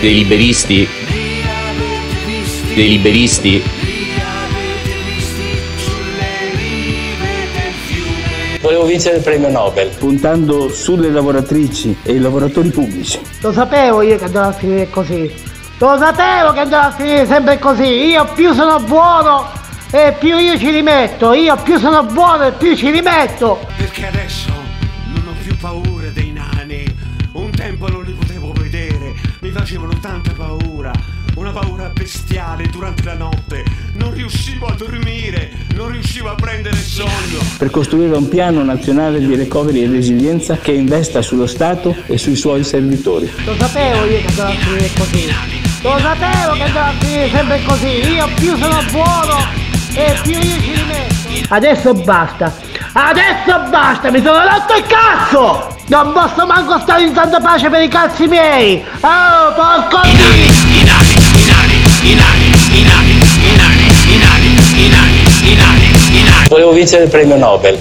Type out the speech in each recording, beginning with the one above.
dei liberisti, Volevo vincere il premio Nobel. Puntando sulle lavoratrici e i lavoratori pubblici. Lo sapevo io che andava a finire così. Lo sapevo che andava a finire sempre così. Io più sono buono e più io ci rimetto. Io più sono buono e più ci rimetto. Perché adesso non ho più paura dei nani. Un tempo non li potevo vedere. Mi facevano tanta paura. Una paura bestiale durante la notte. Non riuscivo a dormire. Non riuscivo a prendere sonno. Per costruire un piano nazionale di recovery e resilienza che investa sullo Stato e sui suoi servitori. Lo sapevo io che andava a finire così. Lo sapevo che andava a finire sempre così. Io più sono buono e più io ci rimetto. Adesso basta. Adesso basta. Mi sono rotto il cazzo. Non posso manco stare in santa pace per i cazzi miei. Oh, porco Dio. Volevo vincere il premio Nobel.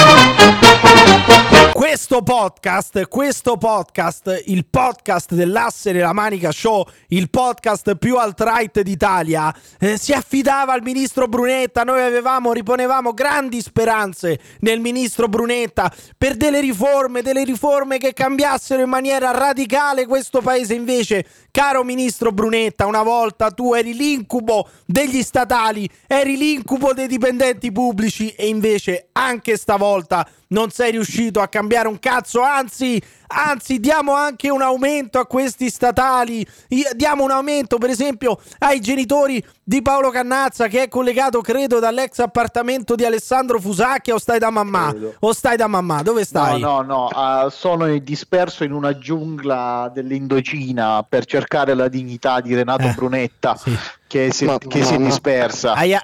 Questo podcast, il podcast dell'Asse nella Manica Show, il podcast più alt-right d'Italia, si affidava al ministro Brunetta. Noi riponevamo grandi speranze nel ministro Brunetta per delle riforme che cambiassero in maniera radicale questo paese. Invece, caro ministro Brunetta, una volta tu eri l'incubo degli statali, eri l'incubo dei dipendenti pubblici e invece anche stavolta non sei riuscito a cambiare un cazzo, anzi diamo anche un aumento a questi statali, diamo un aumento per esempio ai genitori di Paolo Cannazza, che è collegato credo dall'ex appartamento di Alessandro Fusacchia, o stai da mamma? Dove stai? No, sono disperso in una giungla dell'Indocina per cercare la dignità di Renato Brunetta. Sì. Che si è dispersa. Hai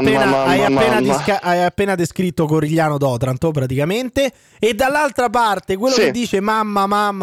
appena descritto Corigliano d'Otranto praticamente, e dall'altra parte quello che dice mamma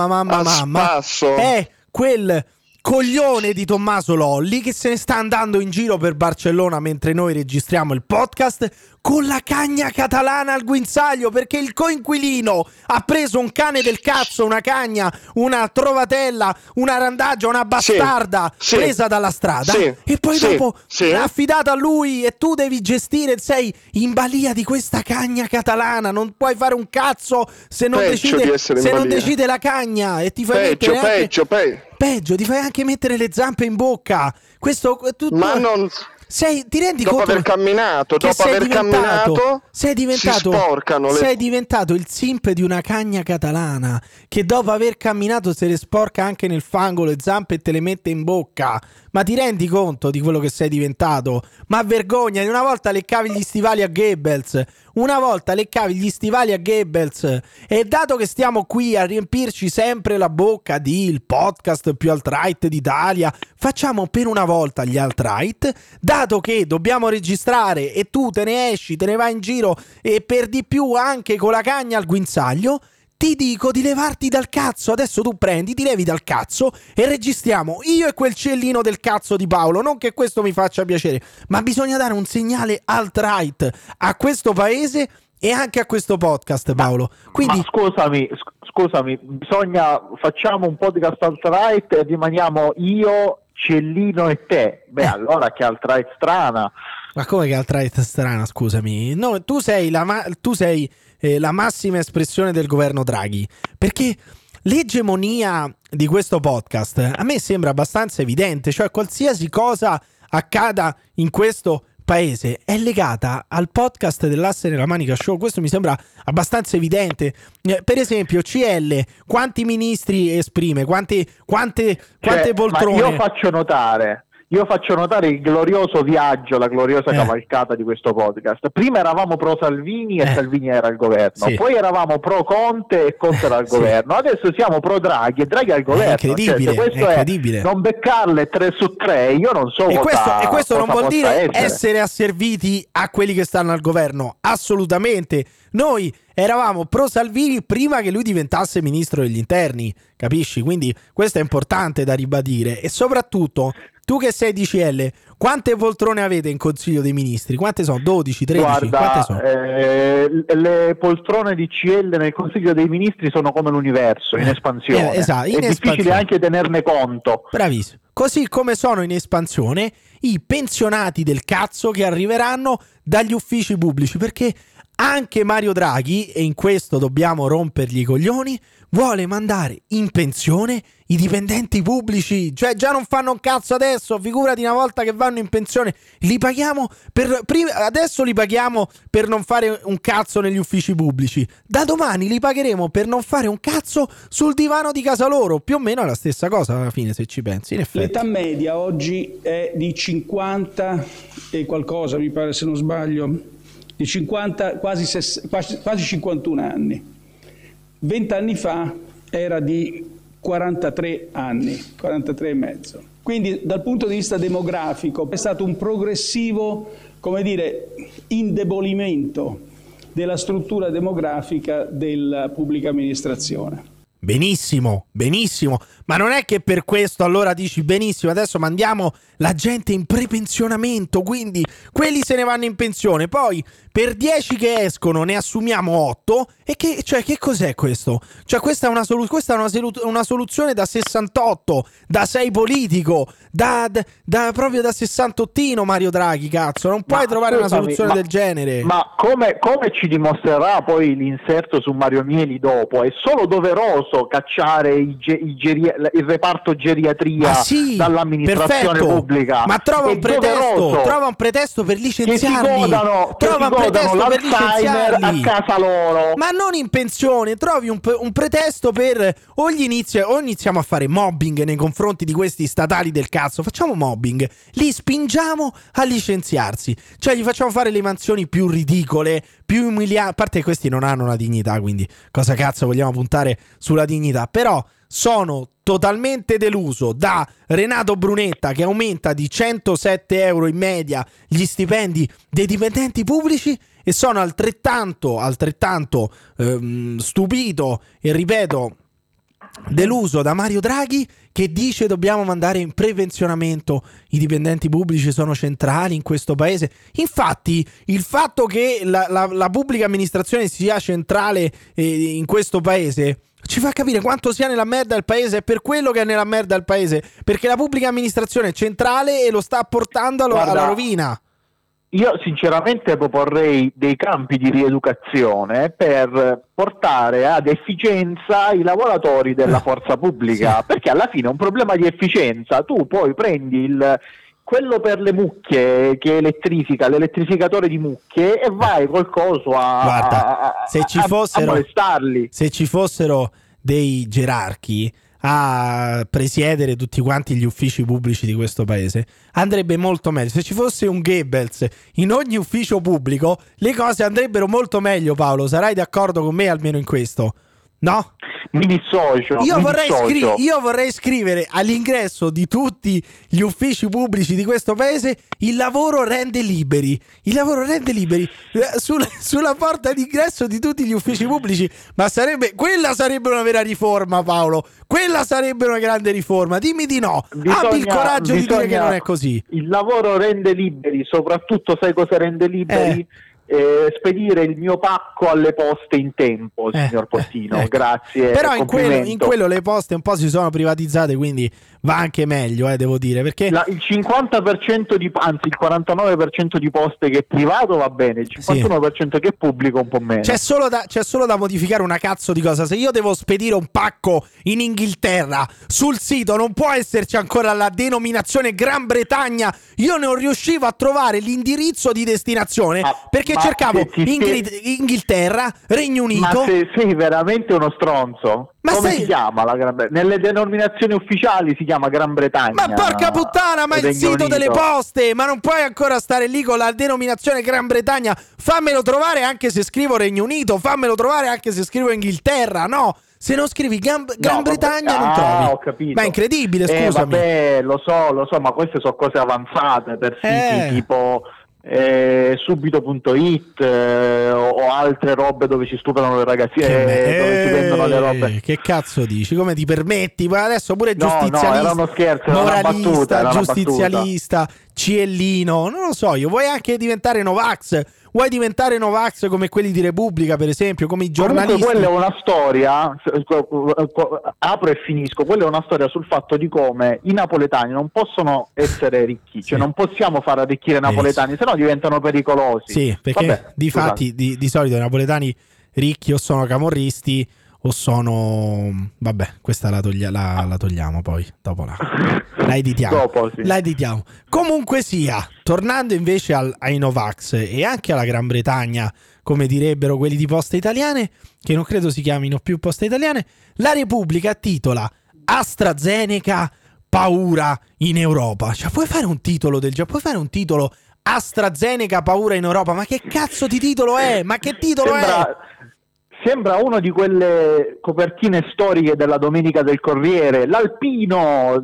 è quel coglione di Tommaso Lolli che se ne sta andando in giro per Barcellona mentre noi registriamo il podcast con la cagna catalana al guinzaglio, perché il coinquilino ha preso un cane del cazzo, una cagna, una trovatella, una randaggia, una bastarda presa dalla strada e poi dopo affidata a lui, e tu devi gestire, sei in balia di questa cagna catalana, non puoi fare un cazzo se non decide la cagna, e ti fai peggio, ti fai anche mettere le zampe in bocca. Questo tutto. Ma non ti rendi dopo conto aver camminato sei diventato il simp di una cagna catalana che dopo aver camminato se le sporca anche nel fango le zampe e te le mette in bocca. Ma ti rendi conto di quello che sei diventato? Ma vergogna, una volta leccavi gli stivali a Goebbels, e dato che stiamo qui a riempirci sempre la bocca di il podcast più alt-right d'Italia, facciamo per una volta gli alt-right, dato che dobbiamo registrare e tu te ne esci, te ne vai in giro e per di più anche con la cagna al guinzaglio, ti dico di levarti dal cazzo. Adesso tu prendi, ti levi dal cazzo e registriamo io e quel cellino del cazzo di Paolo. Non che questo mi faccia piacere, ma bisogna dare un segnale alt-right a questo paese e anche a questo podcast, Paolo. Quindi scusami, facciamo un podcast alt-right e rimaniamo io, Cellino e te. Allora che alt-right strana. Ma come che alt-right strana, scusami? No, tu sei la massima espressione del governo Draghi, perché l'egemonia di questo podcast a me sembra abbastanza evidente, cioè qualsiasi cosa accada in questo paese è legata al podcast dell'Asse nella Manica Show. Questo mi sembra abbastanza evidente. Per esempio CL, quanti ministri esprime, quante poltrone. Ma io faccio notare il glorioso viaggio, la gloriosa cavalcata di questo podcast. Prima eravamo pro Salvini e Salvini era al governo, poi eravamo pro Conte e Conte era al governo, adesso siamo pro Draghi e Draghi è al governo. È incredibile. Non beccarle 3 su 3, io non so e questo non vuol dire essere asserviti a quelli che stanno al governo, assolutamente. Noi eravamo pro Salvini prima che lui diventasse ministro degli interni, capisci? Quindi questo è importante da ribadire. E soprattutto tu che sei di CL, Quante poltrone avete in Consiglio dei Ministri? Quante sono? 12, 13? Guarda, quante sono? Le poltrone di CL nel Consiglio dei Ministri sono come l'universo, in espansione. Esatto, in è difficile anche tenerne conto. Bravissimo. Così come sono in espansione i pensionati del cazzo che arriveranno dagli uffici pubblici, perché anche Mario Draghi, e in questo dobbiamo rompergli i coglioni, vuole mandare in pensione i dipendenti pubblici. Cioè già non fanno un cazzo adesso, figurati una volta che vanno in pensione. Li paghiamo adesso li paghiamo per non fare un cazzo negli uffici pubblici, da domani li pagheremo per non fare un cazzo sul divano di casa loro. Più o meno è la stessa cosa alla fine, se ci pensi, in effetti. L'età media oggi è di 50 e qualcosa, mi pare, se non sbaglio, di 50, quasi 51 anni. 20 anni fa era di 43 anni, 43 e mezzo. Quindi dal punto di vista demografico è stato un progressivo, come dire, indebolimento della struttura demografica della pubblica amministrazione. Benissimo, benissimo, ma non è che per questo allora dici benissimo, adesso mandiamo la gente in prepensionamento, quindi quelli se ne vanno in pensione, poi per 10 che escono ne assumiamo 8 e che cos'è questo? Cioè questa è una soluzione da 68, da 6 politico, proprio da 68ino Mario Draghi, cazzo, non puoi trovare una soluzione del genere. Ma come ci dimostrerà poi l'inserto su Mario Mieli dopo, è solo doveroso cacciare il reparto geriatria dall'amministrazione pubblica. Ma trova un pretesto per licenziarli. Trova un pretesto per licenziarli a casa loro. Ma non in pensione, trovi un pretesto per o iniziamo a fare mobbing nei confronti di questi statali del cazzo. Facciamo mobbing, li spingiamo a licenziarsi, cioè gli facciamo fare le mansioni più ridicole, più umilianti. A parte che questi non hanno una dignità, quindi cosa cazzo vogliamo puntare sulla dignità? Però sono totalmente deluso da Renato Brunetta, che aumenta di 107 euro in media gli stipendi dei dipendenti pubblici, e sono altrettanto stupito e, ripeto, deluso da Mario Draghi, che dice dobbiamo mandare in prepensionamento i dipendenti pubblici, sono centrali in questo paese. Infatti il fatto che la pubblica amministrazione sia centrale in questo paese ci fa capire quanto sia nella merda il paese. È per quello che è nella merda il paese, perché la pubblica amministrazione è centrale e lo sta portando alla rovina. Io sinceramente proporrei dei campi di rieducazione per portare ad efficienza i lavoratori della forza pubblica, sì. Perché alla fine è un problema di efficienza. Tu poi prendi quello per le mucche che elettrifica, l'elettrificatore di mucche, e vai col coso a molestarli. Se ci fossero dei gerarchi a presiedere tutti quanti gli uffici pubblici di questo paese, andrebbe molto meglio. Se ci fosse un Goebbels in ogni ufficio pubblico, le cose andrebbero molto meglio, Paolo. Sarai d'accordo con me almeno in questo? No? Mi dissocio. Io vorrei scrivere all'ingresso di tutti gli uffici pubblici di questo paese: il lavoro rende liberi. Il lavoro rende liberi sulla porta d'ingresso di tutti gli uffici pubblici. Ma quella sarebbe una vera riforma, Paolo. Quella sarebbe una grande riforma. Dimmi di no. Abbi il coraggio di dire che non è così. Il lavoro rende liberi, soprattutto sai cosa rende liberi? Spedire il mio pacco alle poste in tempo, signor Postino. Ecco. Grazie. Però in quello le poste un po' si sono privatizzate, quindi va anche meglio, devo dire, perché il 50% anzi il 49% di poste che è privato va bene, il 51% che è pubblico un po' meno. C'è solo da modificare una cazzo di cosa. Se io devo spedire un pacco in Inghilterra, sul sito non può esserci ancora la denominazione Gran Bretagna. Io non riuscivo a trovare l'indirizzo di destinazione perché cercavo Inghilterra, Regno Unito. Ma sei veramente uno stronzo. Si chiama la Gran Bretagna? Nelle denominazioni ufficiali si chiama Gran Bretagna. Ma porca puttana, ma il sito delle poste, ma non puoi ancora stare lì con la denominazione Gran Bretagna. Fammelo trovare anche se scrivo Regno Unito, fammelo trovare anche se scrivo Inghilterra, no? Se non scrivi Gran Bretagna non trovi. Ho capito. Ma è incredibile, scusami. Vabbè, lo so, ma queste sono cose avanzate per siti tipo subito.it o altre robe dove ci stuprano le ragazzine, dove si vendono le robe. Che cazzo dici? Come ti permetti? Ma adesso pure giustizialista, no, era uno scherzo, moralista, era una giustizialista, ciellino, non lo so io. Vuoi anche diventare Novax? Vuoi diventare Novax come quelli di Repubblica, per esempio, come i giornalisti? Comunque quella è una storia, apro e finisco, quella è una storia sul fatto di come i napoletani non possono essere ricchi, cioè non possiamo far arricchire i napoletani, sennò diventano pericolosi. Sì, perché difatti di solito i napoletani ricchi o sono camorristi o sono... Vabbè, questa la togliamo poi, dopo la editiamo. Dopo, sì. La editiamo. Comunque sia, tornando invece ai Novax e anche alla Gran Bretagna, come direbbero quelli di Poste Italiane, che non credo si chiamino più Poste Italiane, la Repubblica titola AstraZeneca paura in Europa. Cioè, puoi fare un titolo del genere? Puoi fare un titolo AstraZeneca paura in Europa? Ma che cazzo di titolo è? Ma che titolo è? Sembra una di quelle copertine storiche della Domenica del Corriere. L'Alpino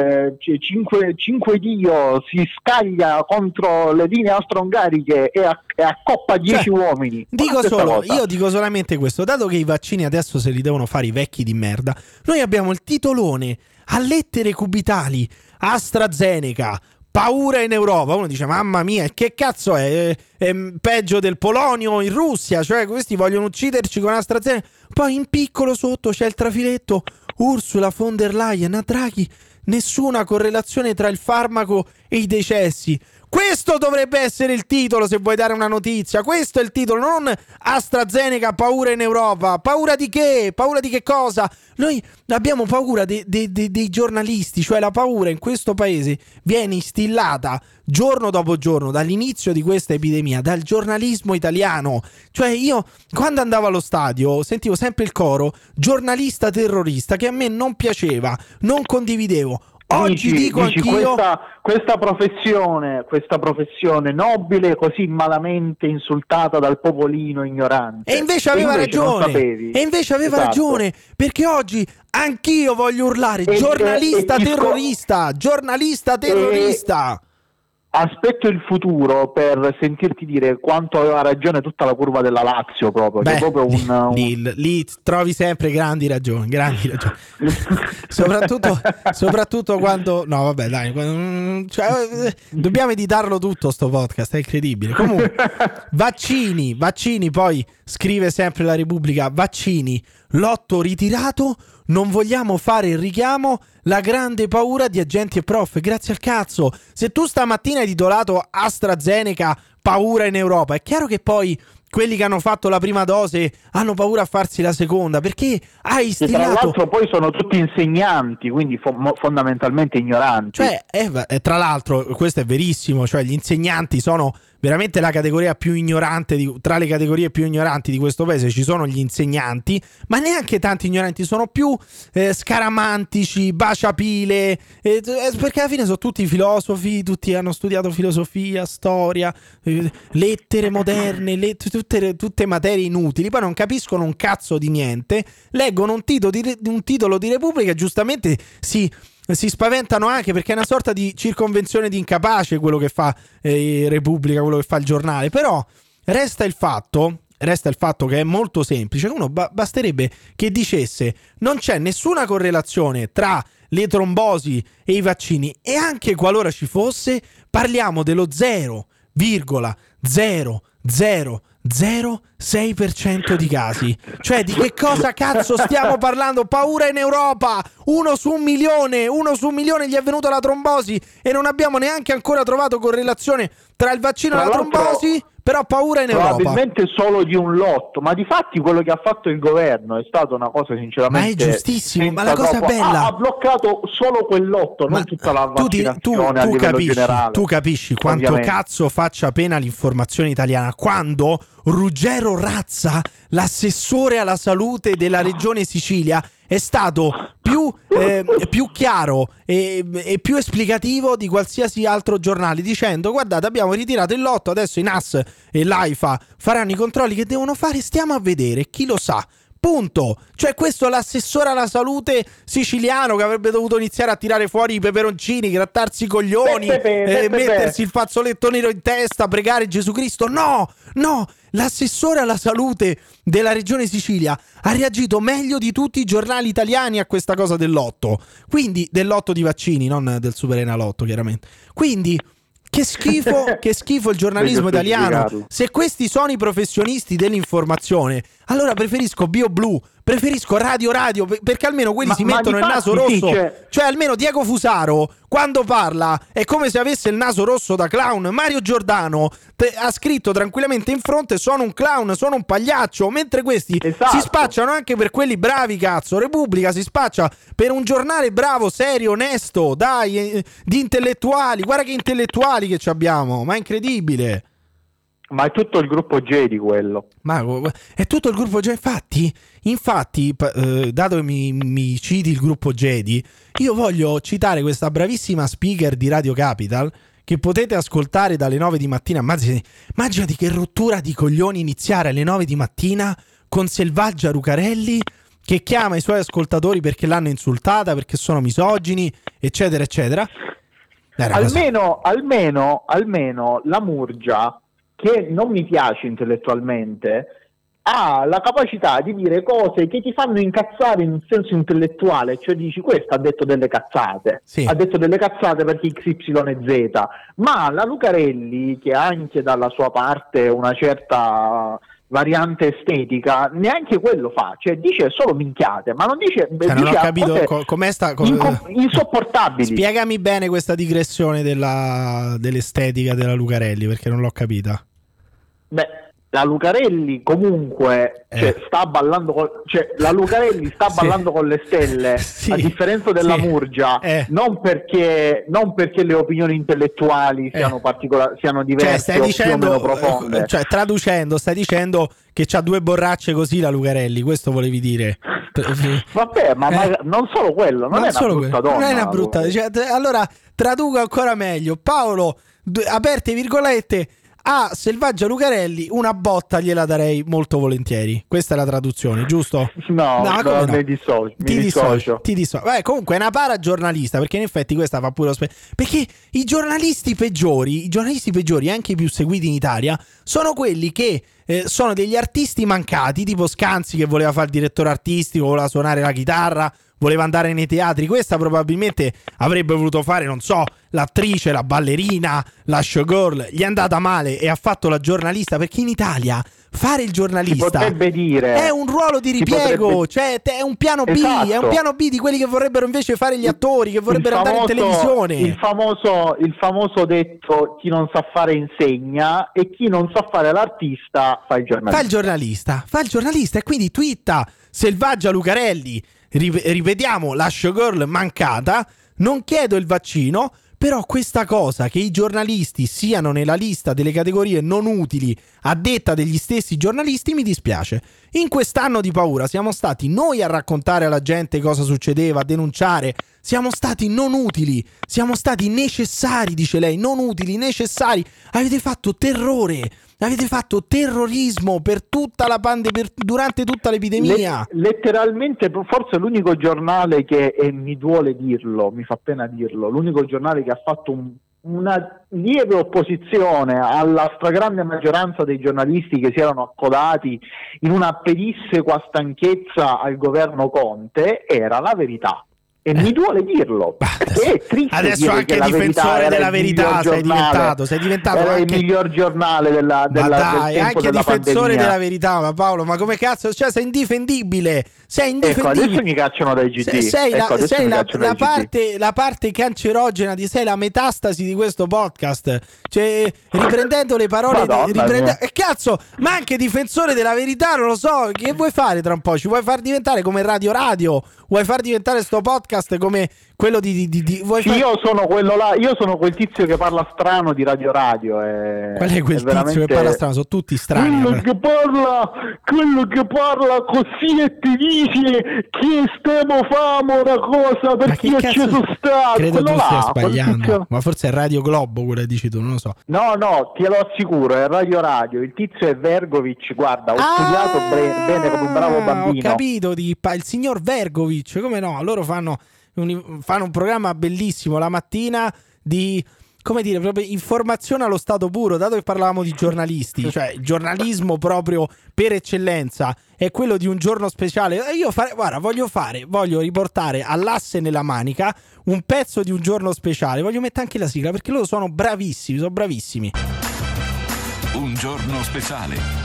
5 Dio si scaglia contro le linee austro-ungariche e accoppa 10 uomini. Io dico solamente questo: dato che i vaccini adesso se li devono fare i vecchi di merda, noi abbiamo il titolone a lettere cubitali: AstraZeneca paura in Europa. Uno dice mamma mia, che cazzo è peggio del polonio in Russia, cioè questi vogliono ucciderci con AstraZeneca. Poi in piccolo sotto c'è il trafiletto: Ursula von der Leyen a Draghi, nessuna correlazione tra il farmaco e i decessi. Questo dovrebbe essere il titolo se vuoi dare una notizia. Questo è il titolo, non AstraZeneca paura in Europa. Paura di che? Paura di che cosa? Noi abbiamo paura dei giornalisti, cioè la paura in questo paese viene instillata giorno dopo giorno dall'inizio di questa epidemia dal giornalismo italiano. Cioè io quando andavo allo stadio sentivo sempre il coro giornalista terrorista, che a me non piaceva, non condividevo. Oggi dico anch'io questa professione nobile così malamente insultata dal popolino ignorante. E invece aveva ragione. Ragione, perché oggi anch'io voglio urlare giornalista terrorista. Aspetto il futuro per sentirti dire quanto aveva ragione tutta la curva della Lazio, proprio. Beh, che è proprio lì trovi sempre grandi ragioni. soprattutto quando no vabbè dai, cioè, dobbiamo editarlo tutto sto podcast, è incredibile. Comunque vaccini, poi scrive sempre la Repubblica: vaccini, lotto ritirato, non vogliamo fare il richiamo, la grande paura di agenti e prof. Grazie al cazzo. Se tu stamattina hai titolato AstraZeneca paura in Europa, è chiaro che poi quelli che hanno fatto la prima dose hanno paura a farsi la seconda, perché hai instillato... Tra l'altro poi sono tutti insegnanti, quindi fondamentalmente ignoranti. Cioè, tra l'altro questo è verissimo, cioè gli insegnanti sono veramente la categoria più ignorante tra le categorie più ignoranti di questo paese. Ci sono gli insegnanti, ma neanche tanti ignoranti, sono più scaramantici, baciapile, perché alla fine sono tutti filosofi, tutti hanno studiato filosofia, storia, lettere moderne, tutte materie inutili, poi non capiscono un cazzo di niente, leggono un titolo di Repubblica e giustamente si spaventano anche, perché è una sorta di circonvenzione di incapace quello che fa Repubblica, quello che fa il giornale. Però resta il fatto che è molto semplice. Uno basterebbe che dicesse non c'è nessuna correlazione tra le trombosi e i vaccini, e anche qualora ci fosse parliamo dello 0,006% di casi. Cioè di che cosa cazzo stiamo parlando? Paura in Europa, 1 su 1 milione gli è venuta la trombosi e non abbiamo neanche ancora trovato correlazione tra il vaccino e la trombosi. Però paura in Europa. Probabilmente solo di un lotto, ma di fatti quello che ha fatto il governo è stata una cosa sinceramente... Ma è giustissimo, ma la cosa bella... Ha bloccato solo quel lotto, non tutta la vaccinazione a livello generale. Tu capisci quanto cazzo faccia pena l'informazione italiana quando Ruggero Razza, l'assessore alla salute della regione Sicilia, è stato più chiaro e più esplicativo di qualsiasi altro giornale, dicendo guardate abbiamo ritirato il lotto, adesso i NAS e l'AIFA faranno i controlli che devono fare, stiamo a vedere, chi lo sa, Punto. Cioè questo l'assessore alla salute siciliano che avrebbe dovuto iniziare a tirare fuori i peperoncini, grattarsi i coglioni, mettersi il fazzoletto nero in testa, pregare Gesù Cristo. No, l'assessore alla salute della regione Sicilia ha reagito meglio di tutti i giornali italiani a questa cosa del lotto. Quindi del lotto di vaccini, non del Superenalotto chiaramente. Quindi che schifo il giornalismo italiano. Se questi sono i professionisti dell'informazione, allora preferisco BioBlu, preferisco Radio, perché almeno quelli si mettono il naso rosso. Cioè almeno Diego Fusaro quando parla è come se avesse il naso rosso da clown. Mario Giordano ha scritto tranquillamente in fronte: sono un clown, sono un pagliaccio. Mentre questi si spacciano anche per quelli bravi, cazzo. Repubblica si spaccia per un giornale bravo, serio, onesto, dai, di intellettuali. Guarda che intellettuali che ci abbiamo, ma è incredibile. Ma è tutto il gruppo Jedi quello. Ma è tutto il gruppo Jedi. Infatti, dato che mi citi il gruppo Jedi, io voglio citare questa bravissima speaker di Radio Capital che potete ascoltare dalle 9 di mattina. Immaginati che rottura di coglioni iniziare alle 9 di mattina con Selvaggia Lucarelli che chiama i suoi ascoltatori perché l'hanno insultata, perché sono misogini, eccetera, eccetera. Almeno la Murgia, che non mi piace intellettualmente, ha la capacità di dire cose che ti fanno incazzare in senso intellettuale, cioè dici questo ha detto delle cazzate, ha detto delle cazzate perché XY e Z, ma la Lucarelli, che ha anche dalla sua parte una certa variante estetica, neanche quello fa, cioè dice solo minchiate, ma non dice, non ho capito com'è insopportabili. Spiegami bene questa digressione dell'estetica della Lucarelli, perché non l'ho capita. Beh, la Lucarelli comunque sta ballando la Lucarelli sta ballando con le stelle, a differenza della Murgia, non perché le opinioni intellettuali siano diverse, o più o meno profonde. Cioè, traducendo, stai dicendo che c'ha due borracce così la Lucarelli, questo volevi dire? Vabbè, ma non solo quello, non è una brutta donna. Non è una brutta, cioè, allora traduco ancora meglio. Paolo, aperte virgolette, a Selvaggia Lucarelli una botta gliela darei molto volentieri. Questa è la traduzione, giusto? No, mi dissocio. Beh, comunque è una paragiornalista, perché in effetti questa fa pure perché i giornalisti peggiori, anche i più seguiti in Italia, sono quelli che sono degli artisti mancati, tipo Scanzi che voleva fare il direttore artistico, voleva suonare la chitarra, voleva andare nei teatri. Questa probabilmente avrebbe voluto fare, non so, l'attrice, la ballerina, la showgirl. Gli è andata male e ha fatto la giornalista, perché in Italia fare il giornalista è un ruolo di ripiego, cioè è un piano B, è un piano B di quelli che vorrebbero invece fare gli attori, che vorrebbero andare in televisione. Il famoso detto: chi non sa fare insegna, e chi non sa fare l'artista fa il giornalista. Fa il giornalista e quindi twitta Selvaggia Lucarelli, ripetiamo, la showgirl mancata, non chiedo il vaccino, però questa cosa che i giornalisti siano nella lista delle categorie non utili a detta degli stessi giornalisti mi dispiace. In quest'anno di paura siamo stati noi a raccontare alla gente cosa succedeva, a denunciare. Siamo stati non utili, siamo stati necessari, dice lei, non utili, necessari. Avete fatto terrore, avete fatto terrorismo per tutta la durante tutta l'epidemia. Letteralmente, forse l'unico giornale che, e mi duole dirlo, mi fa pena dirlo, l'unico giornale che ha fatto una lieve opposizione alla stragrande maggioranza dei giornalisti che si erano accodati in una pedissequa stanchezza al governo Conte era La Verità. E mi duole dirlo, perché è triste. Adesso anche difensore della verità sei diventato era anche il miglior giornale del tempo anche della difensore pandemia. della verità. Ma Paolo, ma come cazzo? Cioè, sei indifendibile. Ecco, adesso mi cacciano dai GD. Sei la parte cancerogena sei la metastasi di questo podcast. Cioè, riprendendo le parole cazzo, ma anche difensore della verità, non lo so. Che vuoi fare tra un po'? Ci vuoi far diventare come Radio? Vuoi far diventare sto podcast podcast come quello di io sono quello là, io sono quel tizio che parla strano di Radio. Qual è quel tizio che parla strano? Sono tutti strani. Quello che parla così e ti dice che stiamo famo una cosa perché io ci sono stato. Credo tu stia sbagliando, ma forse è Radio Globo quello che dici tu, non lo so. No, te lo assicuro, è Radio. Il tizio è Vergovic, guarda, ho studiato bene come un bravo bambino. Ho capito, il signor Vergovic, come no? Loro fanno un programma bellissimo la mattina di, come dire, proprio informazione allo stato puro, dato che parlavamo di giornalisti, cioè il giornalismo proprio per eccellenza è quello di Un Giorno Speciale. Voglio riportare all'asse nella manica un pezzo di Un Giorno Speciale, voglio mettere anche la sigla perché loro sono bravissimi. Un Giorno Speciale.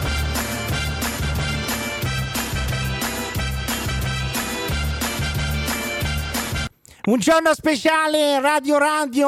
Un giorno speciale, Radio,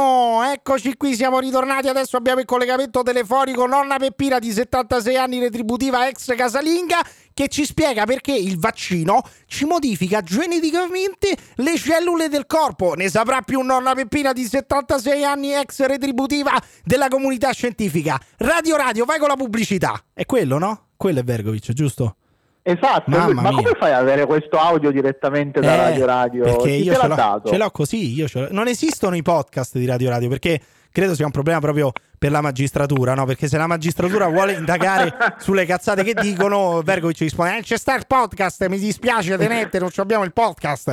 eccoci qui, siamo ritornati, adesso abbiamo il collegamento telefonico nonna Peppina di 76 anni, retributiva ex casalinga, che ci spiega perché il vaccino ci modifica geneticamente le cellule del corpo. Ne saprà più nonna Peppina di 76 anni, ex retributiva della comunità scientifica. Radio, vai con la pubblicità. È quello, no? Quello è Vergovic, giusto? Esatto, ma come fai ad avere questo audio direttamente da Radio? Perché Chi io te l'ha dato? Ce l'ho così, non esistono i podcast di Radio perché credo sia un problema proprio per la magistratura, no? Perché se la magistratura vuole indagare sulle cazzate che dicono, Vergovic risponde: c'è sta il podcast, mi dispiace tenete, non abbiamo il podcast.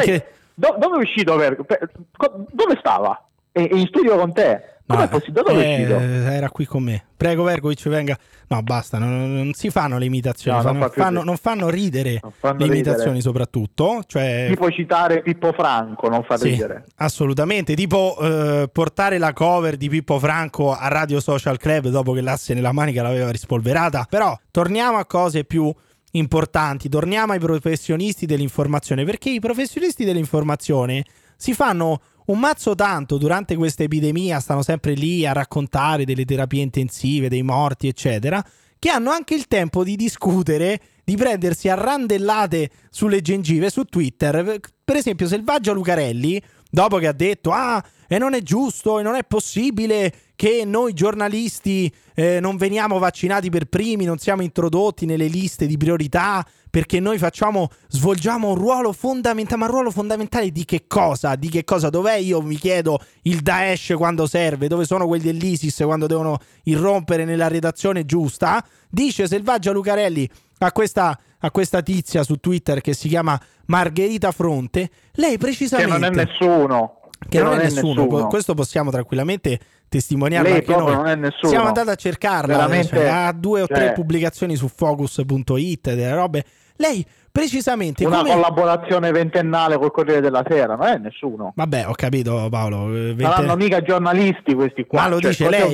Dove è uscito Vergovic? Dove stava? È in studio con te? Come è possibile? Dove è uscito? Era qui con me. Prego Vergovic, venga. No, basta, non si fanno le imitazioni, non fanno ridere le imitazioni soprattutto. Cioè, tipo citare Pippo Franco, non fa ridere. Assolutamente, tipo portare la cover di Pippo Franco a Radio Social Club dopo che l'asse nella manica l'aveva rispolverata. Però torniamo a cose più importanti, torniamo ai professionisti dell'informazione, perché i professionisti dell'informazione si fanno un mazzo tanto durante questa epidemia, stanno sempre lì a raccontare delle terapie intensive, dei morti eccetera, che hanno anche il tempo di discutere, di prendersi a randellate sulle gengive su Twitter. Per esempio Selvaggia Lucarelli, dopo che ha detto e non è giusto e non è possibile che noi giornalisti non veniamo vaccinati per primi, non siamo introdotti nelle liste di priorità perché noi svolgiamo un ruolo fondamentale. Ma ruolo fondamentale di che cosa? Di che cosa? Dov'è, io mi chiedo, il Daesh quando serve? Dove sono quelli dell'ISIS quando devono irrompere nella redazione giusta? Dice Selvaggia Lucarelli a questa tizia su Twitter che si chiama Margherita Fronte, lei precisamente... Che non è nessuno. Che non è nessuno. Questo possiamo tranquillamente testimoniarlo. Lei anche noi. Non è nessuno. Siamo andati a cercarla, ha 2 o 3 pubblicazioni su focus.it, delle robe. Lei precisamente collaborazione ventennale col Corriere della Sera, non è nessuno. Vabbè, ho capito Paolo. Saranno mica giornalisti questi qua. Ma lo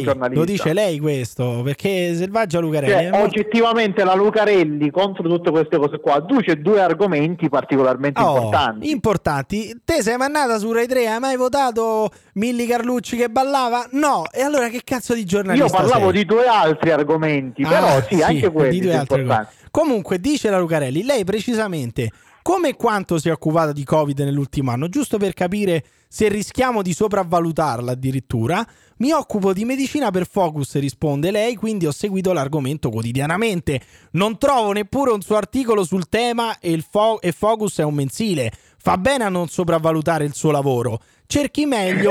dice lei questo, perché Selvaggia Lucarelli oggettivamente la Lucarelli contro tutte queste cose qua adduce 2 argomenti particolarmente importanti. Te sei mannata su Rai 3, hai mai votato Milli Carlucci che ballava? No, e allora che cazzo di giornalista Io parlavo sei? di 2 altri argomenti, però sì, anche quelli sono importanti. Comunque dice la Lucarelli, lei precisamente come e quanto si è occupata di Covid nell'ultimo anno, giusto per capire se rischiamo di sopravvalutarla addirittura. Mi occupo di medicina per Focus, risponde lei, quindi ho seguito l'argomento quotidianamente. Non trovo neppure un suo articolo sul tema e Focus è un mensile. Fa bene a non sopravvalutare il suo lavoro. Cerchi meglio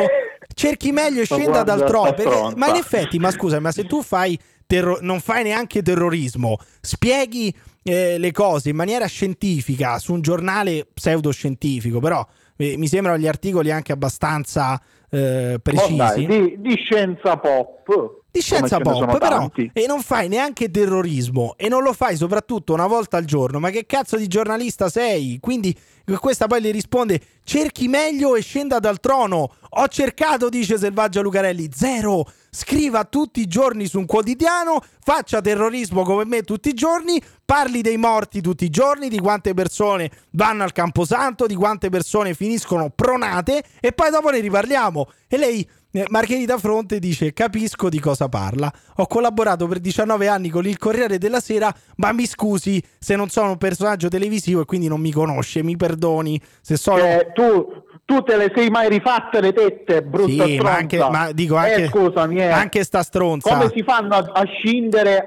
e scenda dal trono. Ma in effetti, ma scusami, ma se tu non fai neanche terrorismo, spieghi le cose in maniera scientifica su un giornale pseudoscientifico, però mi sembrano gli articoli anche abbastanza precisi. Di scienza pop. Di scienza pop, però, e non fai neanche terrorismo e non lo fai soprattutto una volta al giorno. Ma che cazzo di giornalista sei? Quindi questa poi le risponde: cerchi meglio e scenda dal trono. Ho cercato, dice Selvaggia Lucarelli, 0. Scriva tutti i giorni su un quotidiano, faccia terrorismo come me tutti i giorni, parli dei morti tutti i giorni, di quante persone vanno al Camposanto, di quante persone finiscono pronate, e poi dopo ne riparliamo. E lei Margherita Fronte dice: capisco di cosa parla, ho collaborato per 19 anni con il Corriere della Sera, ma mi scusi se non sono un personaggio televisivo e quindi non mi conosce, mi perdoni se sono... Tu te le sei mai rifatte le tette, brutta sì, stronza? ma dico anche, scusami, anche sta stronza. Come si fanno a scindere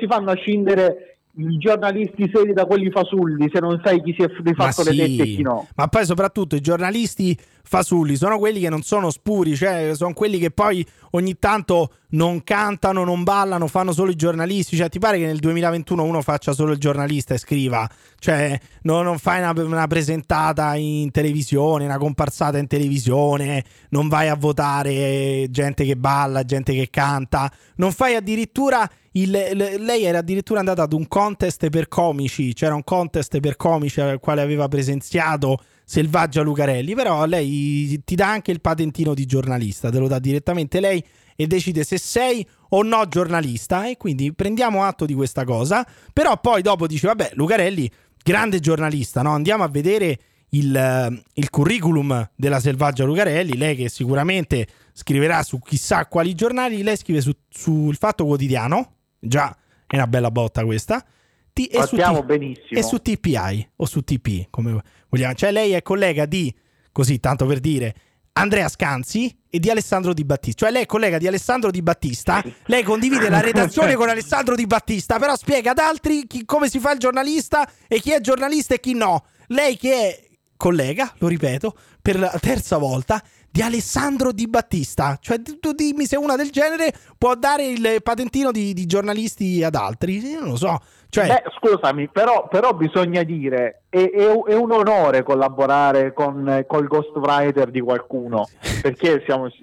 i giornalisti seri da quelli fasulli se non sai chi si è rifatto le tette e chi no? Ma poi soprattutto i giornalisti fasulli sono quelli che non sono spuri, cioè sono quelli che poi ogni tanto non cantano, non ballano, fanno solo i giornalisti. Cioè ti pare che nel 2021 uno faccia solo il giornalista e scriva? Cioè non fai una presentata in televisione, una comparsata in televisione, non vai a votare gente che balla, gente che canta, non fai addirittura lei era addirittura andata ad un contest per comici, c'era un contest per comici al quale aveva presenziato Selvaggia Lucarelli, però lei ti dà anche il patentino di giornalista, te lo dà direttamente lei e decide se sei o no giornalista, e quindi prendiamo atto di questa cosa. Però poi dopo dice vabbè, Lucarelli grande giornalista, no? Andiamo a vedere il curriculum della Selvaggia Lucarelli, lei che sicuramente scriverà su chissà quali giornali. Lei scrive sul Fatto Quotidiano, già è una bella botta questa, benissimo, e su TPI o su TP come vogliamo. Cioè lei è collega di, così tanto per dire, Andrea Scanzi e di Alessandro Di Battista. Cioè lei è collega di Alessandro Di Battista, lei condivide la redazione con Alessandro Di Battista, però spiega ad altri come si fa il giornalista e chi è giornalista e chi no. Lei che è collega, lo ripeto per la terza volta, di Alessandro Di Battista. Cioè tu dimmi se una del genere può dare il patentino di giornalisti ad altri. Io non lo so. Cioè... scusami, però bisogna dire è un onore collaborare col ghostwriter di qualcuno, perché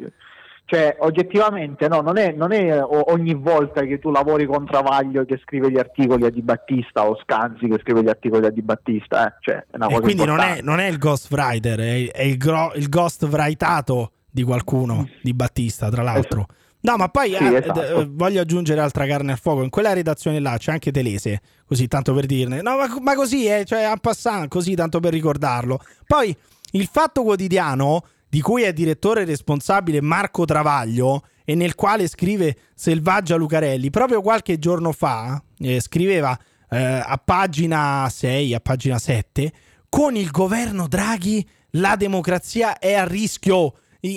cioè oggettivamente non è ogni volta che tu lavori con Travaglio che scrive gli articoli a Di Battista o Scanzi che scrive gli articoli a Di Battista, cioè è una cosa quindi importante. non è il ghostwriter, è il ghostwritato di qualcuno, Di Battista, tra l'altro. No, ma poi esatto. Voglio aggiungere altra carne al fuoco. In quella redazione là c'è anche Telese, così tanto per dirne. No, ma così, cioè en passant, così tanto per ricordarlo. Poi il Fatto Quotidiano, di cui è direttore responsabile Marco Travaglio e nel quale scrive Selvaggia Lucarelli, proprio qualche giorno fa scriveva a pagina 6, a pagina 7, con il governo Draghi la democrazia è a rischio.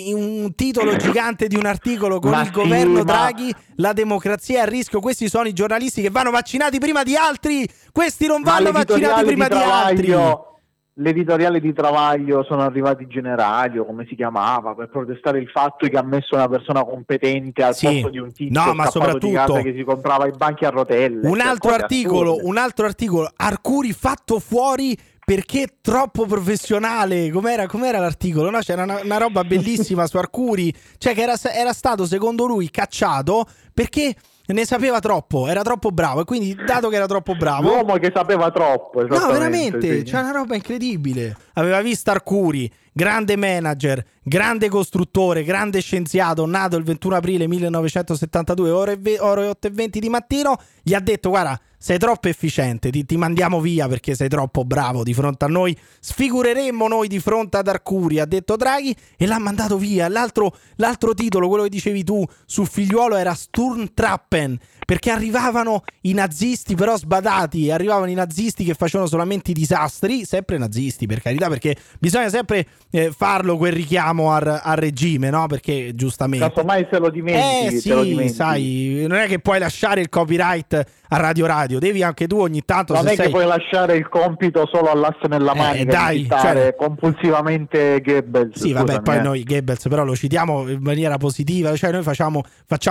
Un titolo gigante di un articolo con il governo Draghi, la democrazia è a rischio. Questi sono i giornalisti che vanno vaccinati prima di altri. Questi non vanno vaccinati prima di altri. L'editoriale di Travaglio Sono arrivati i generali, o come si chiamava, per protestare il fatto che ha messo una persona competente al posto di un tizio ma soprattutto di casa che si comprava i banchi a rotelle. Un altro articolo, Arcuri fatto fuori perché troppo professionale. Com'era l'articolo? No, c'era una roba bellissima su Arcuri, cioè che era stato secondo lui cacciato perché ne sapeva troppo, era troppo bravo, e quindi dato che era troppo bravo, l'uomo che sapeva troppo, no veramente, sì. C'è una roba incredibile. Aveva visto Arcuri, grande manager, grande costruttore, grande scienziato, nato il 21 aprile 1972, ore 8:20 di mattino, gli ha detto guarda, sei troppo efficiente, ti mandiamo via perché sei troppo bravo di fronte a noi, sfigureremmo noi di fronte ad Arcuri, ha detto Draghi, e l'ha mandato via. L'altro titolo, quello che dicevi tu sul figliuolo, era Sturmtrappen, perché arrivavano i nazisti però sbadati, arrivavano i nazisti che facevano solamente i disastri, sempre nazisti per carità, perché bisogna sempre farlo quel richiamo al regime, no? Perché giustamente casomai se lo dimentichi, sì, sai, non è che puoi lasciare il copyright a Radio, devi anche tu ogni tanto, non è che puoi lasciare il compito solo all'asse nella manica di citare compulsivamente Goebbels. Sì, vabbè, poi noi Goebbels però lo citiamo in maniera positiva, cioè noi facciamo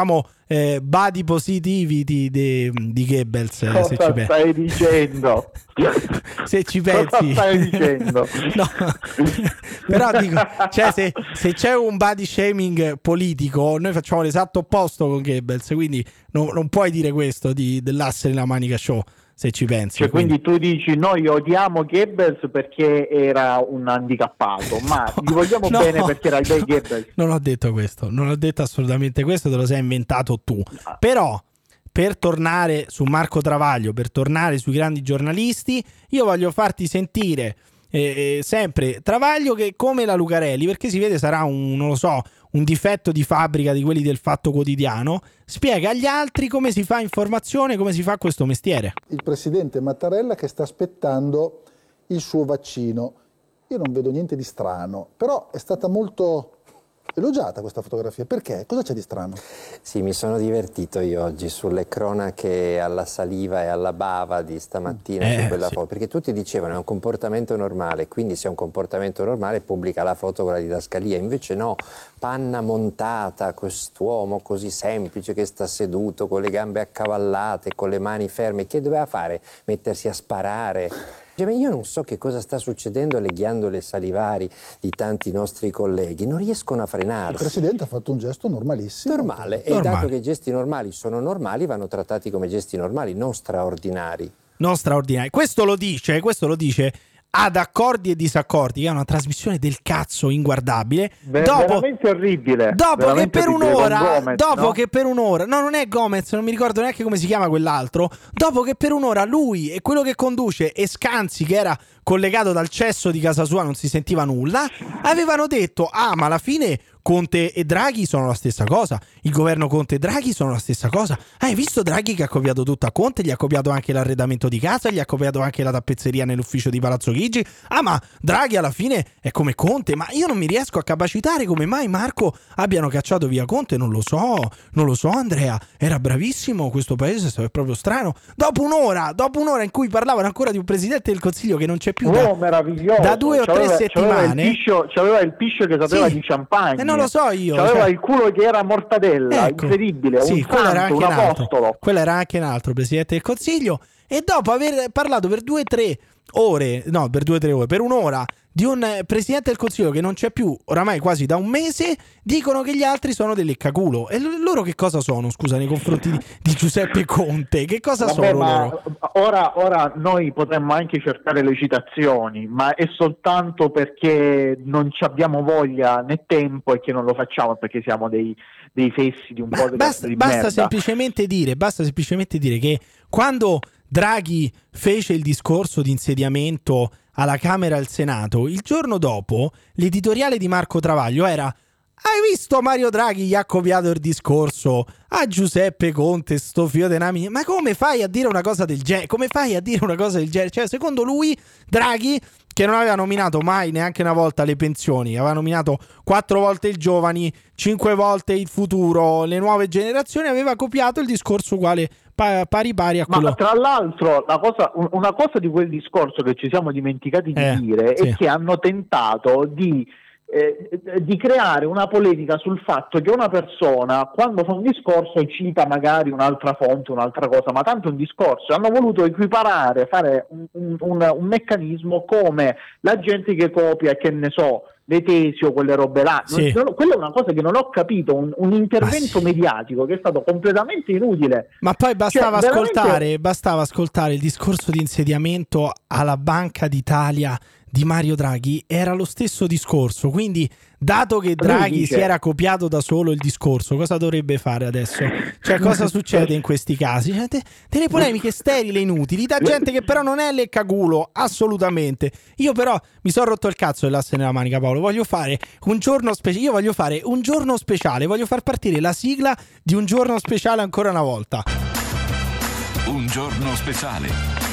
body positivity di Goebbels. Cosa stai dicendo? Se ci pensi. Cosa stai dicendo? No. Però dico, cioè se c'è un body shaming politico, noi facciamo l'esatto opposto con Goebbels, quindi non puoi dire questo dell'asse nella manica show, se ci pensi. Cioè, quindi tu dici noi odiamo Goebbels perché era un handicappato, ma gli vogliamo bene perché era gay Goebbels. Non ho detto questo, non ho detto assolutamente questo, te lo sei inventato tu. Però per tornare su Marco Travaglio, per tornare sui grandi giornalisti, io voglio farti sentire sempre Travaglio, che come la Lucarelli, perché si vede sarà un un difetto di fabbrica di quelli del Fatto Quotidiano, spiega agli altri come si fa informazione, come si fa questo mestiere. Il presidente Mattarella che sta aspettando il suo vaccino. Io non vedo niente di strano, però è stata molto elogiata questa fotografia. Perché? Cosa c'è di strano? Sì, mi sono divertito io oggi sulle cronache alla saliva e alla bava di stamattina su quella foto, perché tutti dicevano è un comportamento normale, quindi se è un comportamento normale pubblica la foto con la didascalia, invece no, panna montata, quest'uomo così semplice che sta seduto con le gambe accavallate, con le mani ferme, che doveva fare? Mettersi a sparare? Io non so che cosa sta succedendo alle ghiandole salivari di tanti nostri colleghi, non riescono a frenarsi. Il Presidente ha fatto un gesto normalissimo. Normale, e dato che i gesti normali sono normali, vanno trattati come gesti normali, non straordinari. Non straordinari. Questo lo dice ad Accordi e Disaccordi, che è una trasmissione del cazzo inguardabile. Veramente orribile. Dopo veramente che per un'ora, Gomez, che per un'ora, no, non è Gomez, non mi ricordo neanche come si chiama quell'altro. Dopo che per un'ora lui e quello che conduce e Scanzi, che era collegato dal cesso di casa sua, non si sentiva nulla, avevano detto: ma alla fine Conte e Draghi sono la stessa cosa, il governo Conte e Draghi sono la stessa cosa. Hai visto Draghi che ha copiato tutto a Conte, gli ha copiato anche l'arredamento di casa, gli ha copiato anche la tappezzeria nell'ufficio di Palazzo Chigi. Ma Draghi alla fine è come Conte. Ma io non mi riesco a capacitare come mai, Marco, abbiano cacciato via Conte. Non lo so Andrea, era bravissimo questo paese, è proprio strano. Dopo un'ora in cui parlavano ancora di un Presidente del Consiglio che non c'è più meraviglioso. Da 2 o 3 settimane c'aveva il piscio che sapeva di champagne, non lo so io, c'aveva il culo che era mortadella, incredibile, un santo, un apostolo. Quello era anche un altro Presidente del Consiglio. E dopo aver parlato per 2-3 ore, per un'ora di un Presidente del Consiglio che non c'è più oramai quasi da un mese, dicono che gli altri sono dei leccaculo. E loro che cosa sono, scusa, nei confronti di Giuseppe Conte? Che cosa sono loro? Ora noi potremmo anche cercare le citazioni, ma è soltanto perché non ci abbiamo voglia né tempo e che non lo facciamo, perché siamo dei fessi di un po' di merda. Basta semplicemente dire che quando Draghi fece il discorso di insediamento alla Camera e al Senato, il giorno dopo l'editoriale di Marco Travaglio era: hai visto Mario Draghi gli ha copiato il discorso a Giuseppe Conte, sto figlio de nami. Ma come fai a dire una cosa del genere? Cioè, secondo lui Draghi, che non aveva nominato mai neanche una volta le pensioni, aveva nominato 4 volte i giovani, 5 volte il futuro, le nuove generazioni, aveva copiato il discorso uguale pari a quello. Ma tra l'altro una cosa di quel discorso che ci siamo dimenticati di dire è che hanno tentato di creare una polemica sul fatto che una persona quando fa un discorso cita magari un'altra fonte, un'altra cosa, ma tanto un discorso hanno voluto equiparare, fare un meccanismo come la gente che copia, che ne so, le tesi o quelle robe là. Quella è una cosa che non ho capito, un intervento mediatico che è stato completamente inutile. Ma poi bastava ascoltare il discorso di insediamento alla Banca d'Italia di Mario Draghi, era lo stesso discorso. Quindi, dato che Draghi si era copiato da solo il discorso, cosa dovrebbe fare adesso? Cioè, cosa succede in questi casi? Cioè, delle polemiche sterili, inutili, da gente che però non è leccaculo, assolutamente. Io però mi sono rotto il cazzo dell'asse nella manica, Paolo. Voglio fare un giorno speciale. Voglio far partire la sigla di Un Giorno Speciale ancora una volta. Un giorno speciale.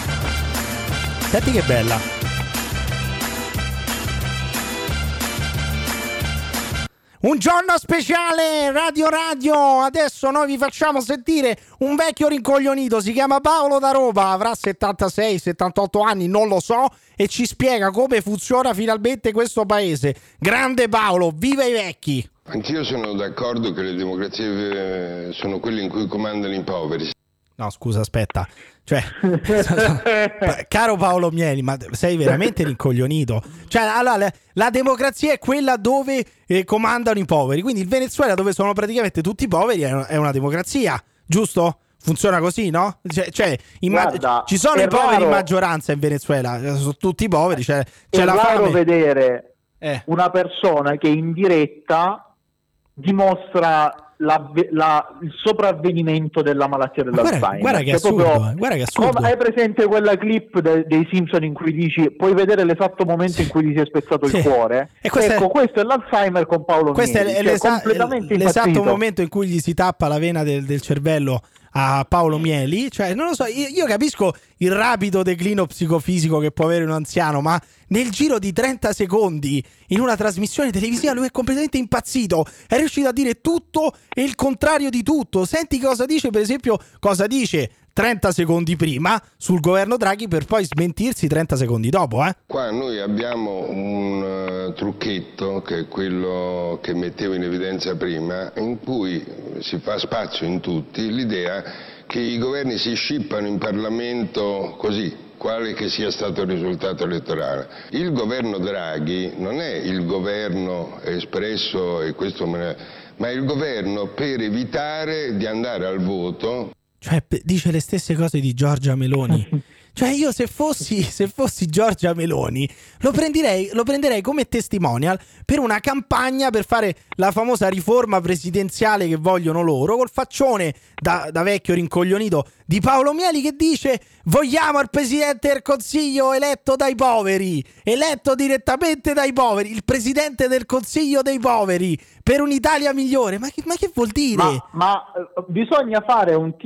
Senti che bella. Un giorno speciale, Radio. Adesso noi vi facciamo sentire un vecchio rincoglionito, si chiama Paolo da Roma, avrà 76-78 anni, non lo so, e ci spiega come funziona finalmente questo paese. Grande Paolo, viva i vecchi! Anch'io sono d'accordo che le democrazie sono quelle in cui comandano i poveri. No, scusa, aspetta. Cioè, caro Paolo Mieli, ma sei veramente rincoglionito? Cioè, allora, la democrazia è quella dove comandano i poveri. Quindi il Venezuela, dove sono praticamente tutti poveri, è una democrazia, giusto? Funziona così, no? Guarda, ci sono i poveri in maggioranza in Venezuela, sono tutti poveri. C'è la fame. È raro vedere una persona che in diretta dimostra il sopravvenimento della malattia dell'Alzheimer. Guarda che assurdo. Hai presente quella clip dei Simpson in cui dici puoi vedere l'esatto momento in cui gli si è spezzato il cuore? Ecco, questo è l'Alzheimer con Paolo Mieli. Questo è completamente l'esatto momento in cui gli si tappa la vena del cervello a Paolo Mieli. Cioè, non lo so, io capisco il rapido declino psicofisico che può avere un anziano, ma nel giro di 30 secondi in una trasmissione televisiva lui è completamente impazzito, è riuscito a dire tutto e il contrario di tutto. Senti cosa dice, per esempio, cosa dice 30 secondi prima sul governo Draghi per poi smentirsi 30 secondi dopo. Qua noi abbiamo un trucchetto, che è quello che mettevo in evidenza prima, in cui si fa spazio in tutti l'idea che i governi si scippano in Parlamento così, quale che sia stato il risultato elettorale. Il governo Draghi non è il governo espresso, ma è il governo per evitare di andare al voto. Cioè, dice le stesse cose di Giorgia Meloni. Cioè, io se fossi Giorgia Meloni lo prenderei come testimonial per una campagna per fare la famosa riforma presidenziale che vogliono loro, col faccione da vecchio rincoglionito di Paolo Mieli che dice: vogliamo il Presidente del Consiglio eletto dai poveri, eletto direttamente dai poveri, il Presidente del Consiglio dei poveri, per un'Italia migliore. Ma che vuol dire? Ma bisogna fare un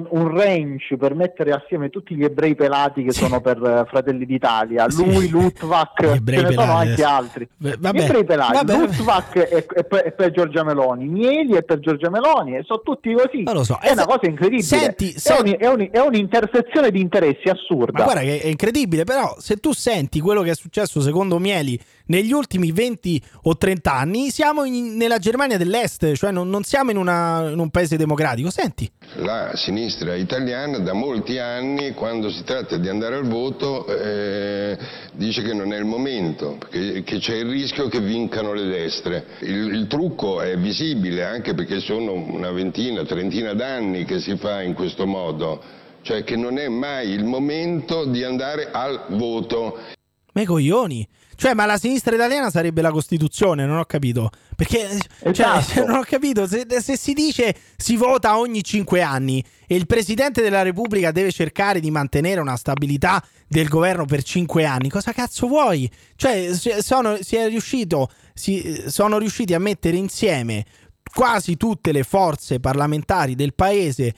range per mettere assieme tutti gli ebrei pelati che sono per Fratelli d'Italia. Lui, Luttwak, ce ne sono anche altri. Gli ebrei pelati, Luttwak è per Giorgia Meloni, Mieli è per Giorgia Meloni, e sono tutti così. Non lo so. È una cosa incredibile. È un'intersezione di interessi assurda. Ma guarda che è incredibile, però se tu senti quello che è successo secondo Mieli negli ultimi 20 o 30 anni, siamo nella Germania dell'Est, cioè non siamo in un paese democratico. Senti. La sinistra italiana da molti anni, quando si tratta di andare al voto, dice che non è il momento, che c'è il rischio che vincano le destre. Il trucco è visibile, anche perché sono una ventina, trentina d'anni che si fa in questo modo, cioè che non è mai il momento di andare al voto. Ma i coglioni! Cioè, ma la sinistra italiana sarebbe la Costituzione, non ho capito. Perché, cioè, non ho capito, se si dice si vota ogni 5 anni e il Presidente della Repubblica deve cercare di mantenere una stabilità del governo per 5 anni, cosa cazzo vuoi? Cioè, sono riusciti a mettere insieme quasi tutte le forze parlamentari del paese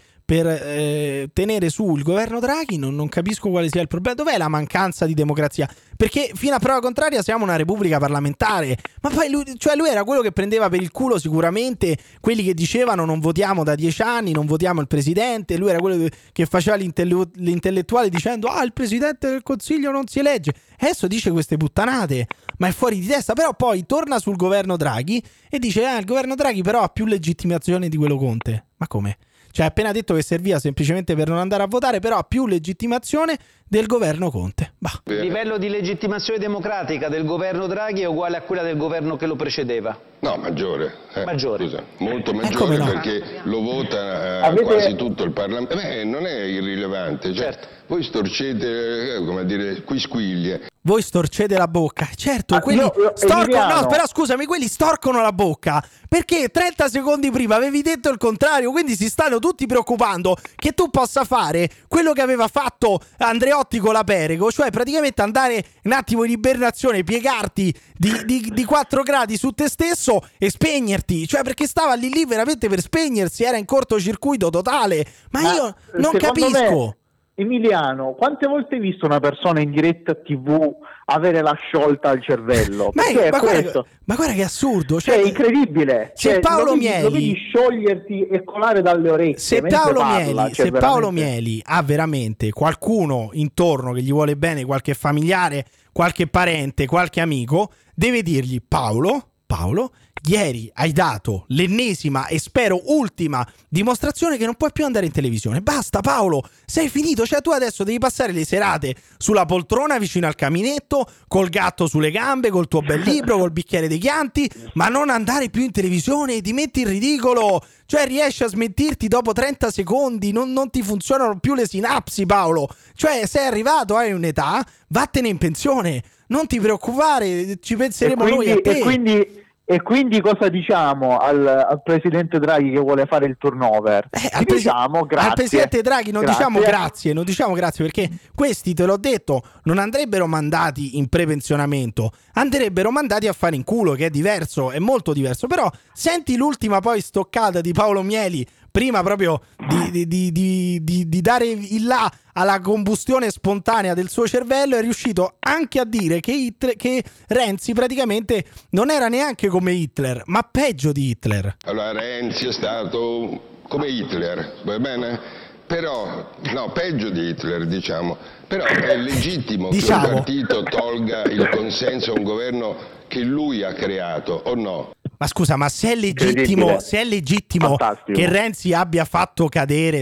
per tenere su il governo Draghi. Non capisco quale sia il problema. Dov'è la mancanza di democrazia? Perché fino a prova contraria siamo una repubblica parlamentare. Ma poi lui era quello che prendeva per il culo sicuramente quelli che dicevano non votiamo da 10 anni, non votiamo il presidente. Lui era quello che faceva l'intellettuale dicendo il presidente del Consiglio non si elegge. Adesso dice queste puttanate, ma è fuori di testa. Però poi torna sul governo Draghi e dice il governo Draghi però ha più legittimazione di quello Conte. Ma come? Cioè, ha appena detto che serviva semplicemente per non andare a votare, però ha più legittimazione del governo Conte. Il livello di legittimazione democratica del governo Draghi è uguale a quella del governo che lo precedeva? No, maggiore. Maggiore. Scusa, molto maggiore, perché lo vota quasi tutto il Parlamento. Non è irrilevante. Cioè, certo. Voi storcete, come dire, quisquiglie. Voi storcete la bocca. Certo, quelli storcono. No, però scusami, quelli storcono la bocca perché 30 secondi prima avevi detto il contrario, quindi si stanno tutti preoccupando che tu possa fare quello che aveva fatto Andreotti con la Perego, cioè praticamente andare un attimo in ibernazione, piegarti di 4 gradi su te stesso e spegnerti, cioè perché stava lì veramente per spegnersi, era in cortocircuito totale. Ma io non capisco. Emiliano, quante volte hai visto una persona in diretta TV avere la sciolta al cervello? Ma guarda che assurdo, cioè, è incredibile. Se Paolo Mieli lo vedi scioglierti e colare dalle orecchie. Se Paolo Mieli ha veramente qualcuno intorno che gli vuole bene, qualche familiare, qualche parente, qualche amico, deve dirgli: Paolo, ieri hai dato l'ennesima e spero ultima dimostrazione che non puoi più andare in televisione. Basta, Paolo, sei finito. Cioè, tu adesso devi passare le serate sulla poltrona vicino al caminetto, col gatto sulle gambe, col tuo bel libro, col bicchiere dei Chianti, ma non andare più in televisione. Ti metti in ridicolo. Cioè, riesci a smentirti dopo 30 secondi, non ti funzionano più le sinapsi, Paolo. Cioè, sei arrivato a un'età, vattene in pensione, non ti preoccupare, ci penseremo noi a te. E quindi cosa diciamo al presidente Draghi che vuole fare il turnover? Diciamo grazie. Al presidente Draghi non diciamo grazie, perché questi, te l'ho detto, non andrebbero mandati in prepensionamento, andrebbero mandati a fare in culo, che è diverso, è molto diverso. Però senti l'ultima poi stoccata di Paolo Mieli, prima proprio di dare il là alla combustione spontanea del suo cervello, è riuscito anche a dire che Renzi praticamente non era neanche come Hitler, ma peggio di Hitler. Allora Renzi è stato come Hitler, va bene? Però, no, peggio di Hitler, diciamo. Però è legittimo che un partito tolga il consenso a un governo che lui ha creato, o no? Ma scusa, ma se è legittimo che Renzi abbia fatto cadere,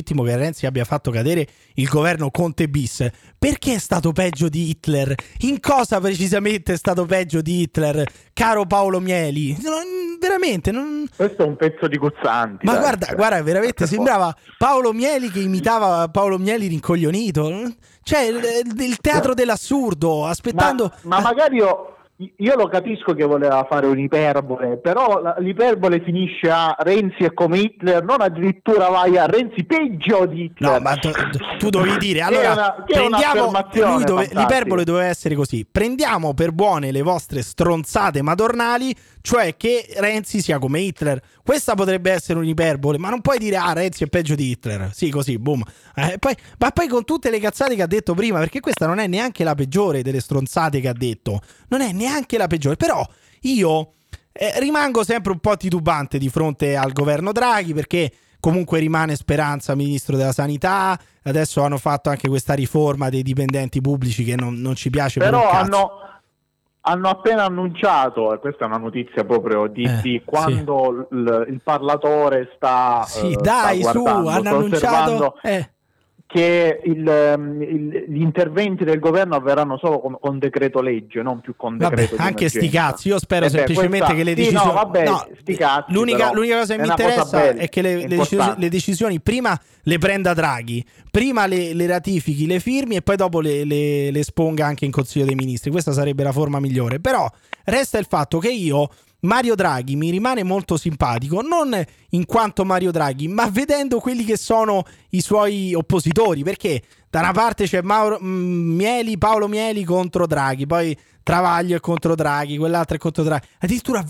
il governo Conte bis, perché è stato peggio di Hitler? In cosa precisamente è stato peggio di Hitler, caro Paolo Mieli? Veramente non... Questo è un pezzo di Guzzanti. Ma guarda, veramente sembrava Paolo Mieli che imitava Paolo Mieli rincoglionito. Cioè il teatro dell'assurdo, aspettando... Ma magari io lo capisco che voleva fare un'iperbole, però l'iperbole finisce a Renzi è come Hitler, non addirittura vai a Renzi peggio di Hitler. No, ma tu dovevi dire, allora prendiamo, l'iperbole doveva essere così: prendiamo per buone le vostre stronzate madornali, cioè che Renzi sia come Hitler. Questa potrebbe essere un'iperbole, ma non puoi dire Renzi è peggio di Hitler. Sì, così, boom. Ma poi con tutte le cazzate che ha detto prima, perché questa non è neanche la peggiore delle stronzate che ha detto, non è neanche la peggiore. Però io rimango sempre un po' titubante di fronte al governo Draghi, perché comunque rimane Speranza ministro della sanità. Adesso hanno fatto anche questa riforma dei dipendenti pubblici che non ci piace, però hanno appena annunciato, e questa è una notizia proprio di quando il parlatore sta hanno annunciato che gli interventi del governo avverranno solo con decreto legge, non più con decreto di anche emergenza. sti cazzi. Io spero semplicemente che le decisioni sti cazzi, l'unica cosa che mi interessa è che le decisioni prima le prenda Draghi, prima le ratifichi, le firmi e poi dopo le esponga anche in Consiglio dei Ministri. Questa sarebbe la forma migliore. Però resta il fatto che Mario Draghi mi rimane molto simpatico, non in quanto Mario Draghi, ma vedendo quelli che sono i suoi oppositori, perché da una parte c'è Paolo Mieli contro Draghi, poi Travaglio è contro Draghi, quell'altro è contro Draghi, addirittura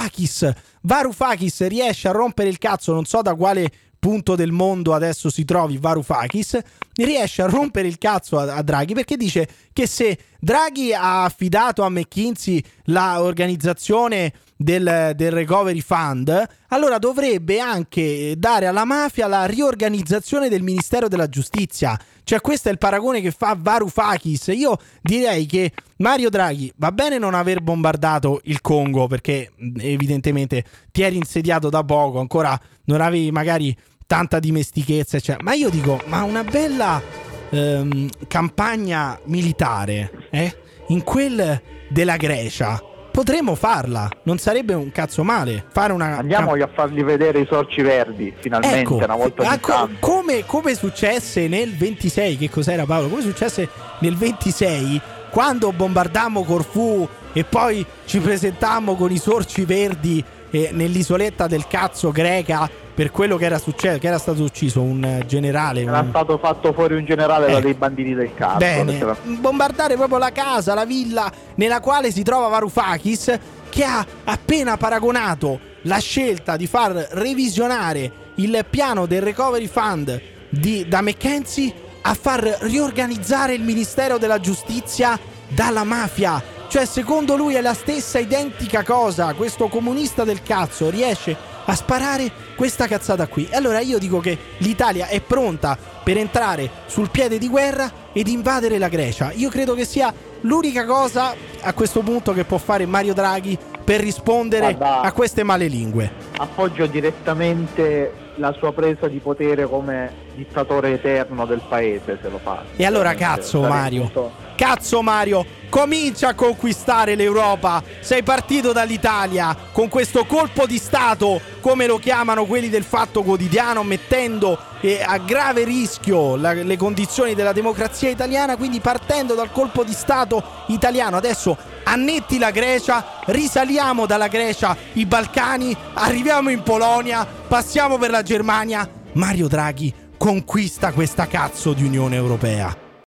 Varoufakis riesce a rompere il cazzo, non so da quale punto del mondo adesso si trovi Varoufakis, riesce a rompere il cazzo a Draghi, perché dice che se Draghi ha affidato a McKinsey l'organizzazione del Recovery Fund, allora dovrebbe anche dare alla mafia la riorganizzazione del Ministero della Giustizia. Cioè questo è il paragone che fa Varoufakis. Io direi che Mario Draghi, va bene non aver bombardato il Congo, perché evidentemente ti eri insediato da poco, ancora non avevi magari tanta dimestichezza, cioè. Ma io dico, ma una bella campagna militare in quel della Grecia potremmo farla, non sarebbe un cazzo male fare andiamo a fargli vedere i sorci verdi finalmente, ecco, una volta ogni tanto. Come successe nel 26, che cos'era Paolo? Come successe nel 26 quando bombardammo Corfù e poi ci presentammo con i sorci verdi nell'isoletta del cazzo greca per quello che era successo, che era stato ucciso un generale. Era stato fatto fuori un generale da dei banditi del cazzo. Bene, bombardare proprio la casa, la villa nella quale si trova Varoufakis, che ha appena paragonato la scelta di far revisionare il piano del Recovery Fund da McKinsey a far riorganizzare il Ministero della Giustizia dalla mafia. Cioè, secondo lui è la stessa identica cosa. Questo comunista del cazzo riesce a sparare questa cazzata qui. Allora io dico che l'Italia è pronta per entrare sul piede di guerra ed invadere la Grecia. Io credo che sia l'unica cosa a questo punto che può fare Mario Draghi per rispondere a queste malelingue. Appoggio direttamente la sua presa di potere come dittatore eterno del paese, se lo fa. E allora cazzo Mario, comincia a conquistare l'Europa. Sei partito dall'Italia con questo colpo di Stato, come lo chiamano quelli del Fatto Quotidiano, mettendo a grave rischio le condizioni della democrazia italiana, quindi partendo dal colpo di Stato italiano. Adesso annetti la Grecia, risaliamo dalla Grecia i Balcani, arriviamo in Polonia, passiamo per la Germania. Mario Draghi conquista questa cazzo di Unione Europea.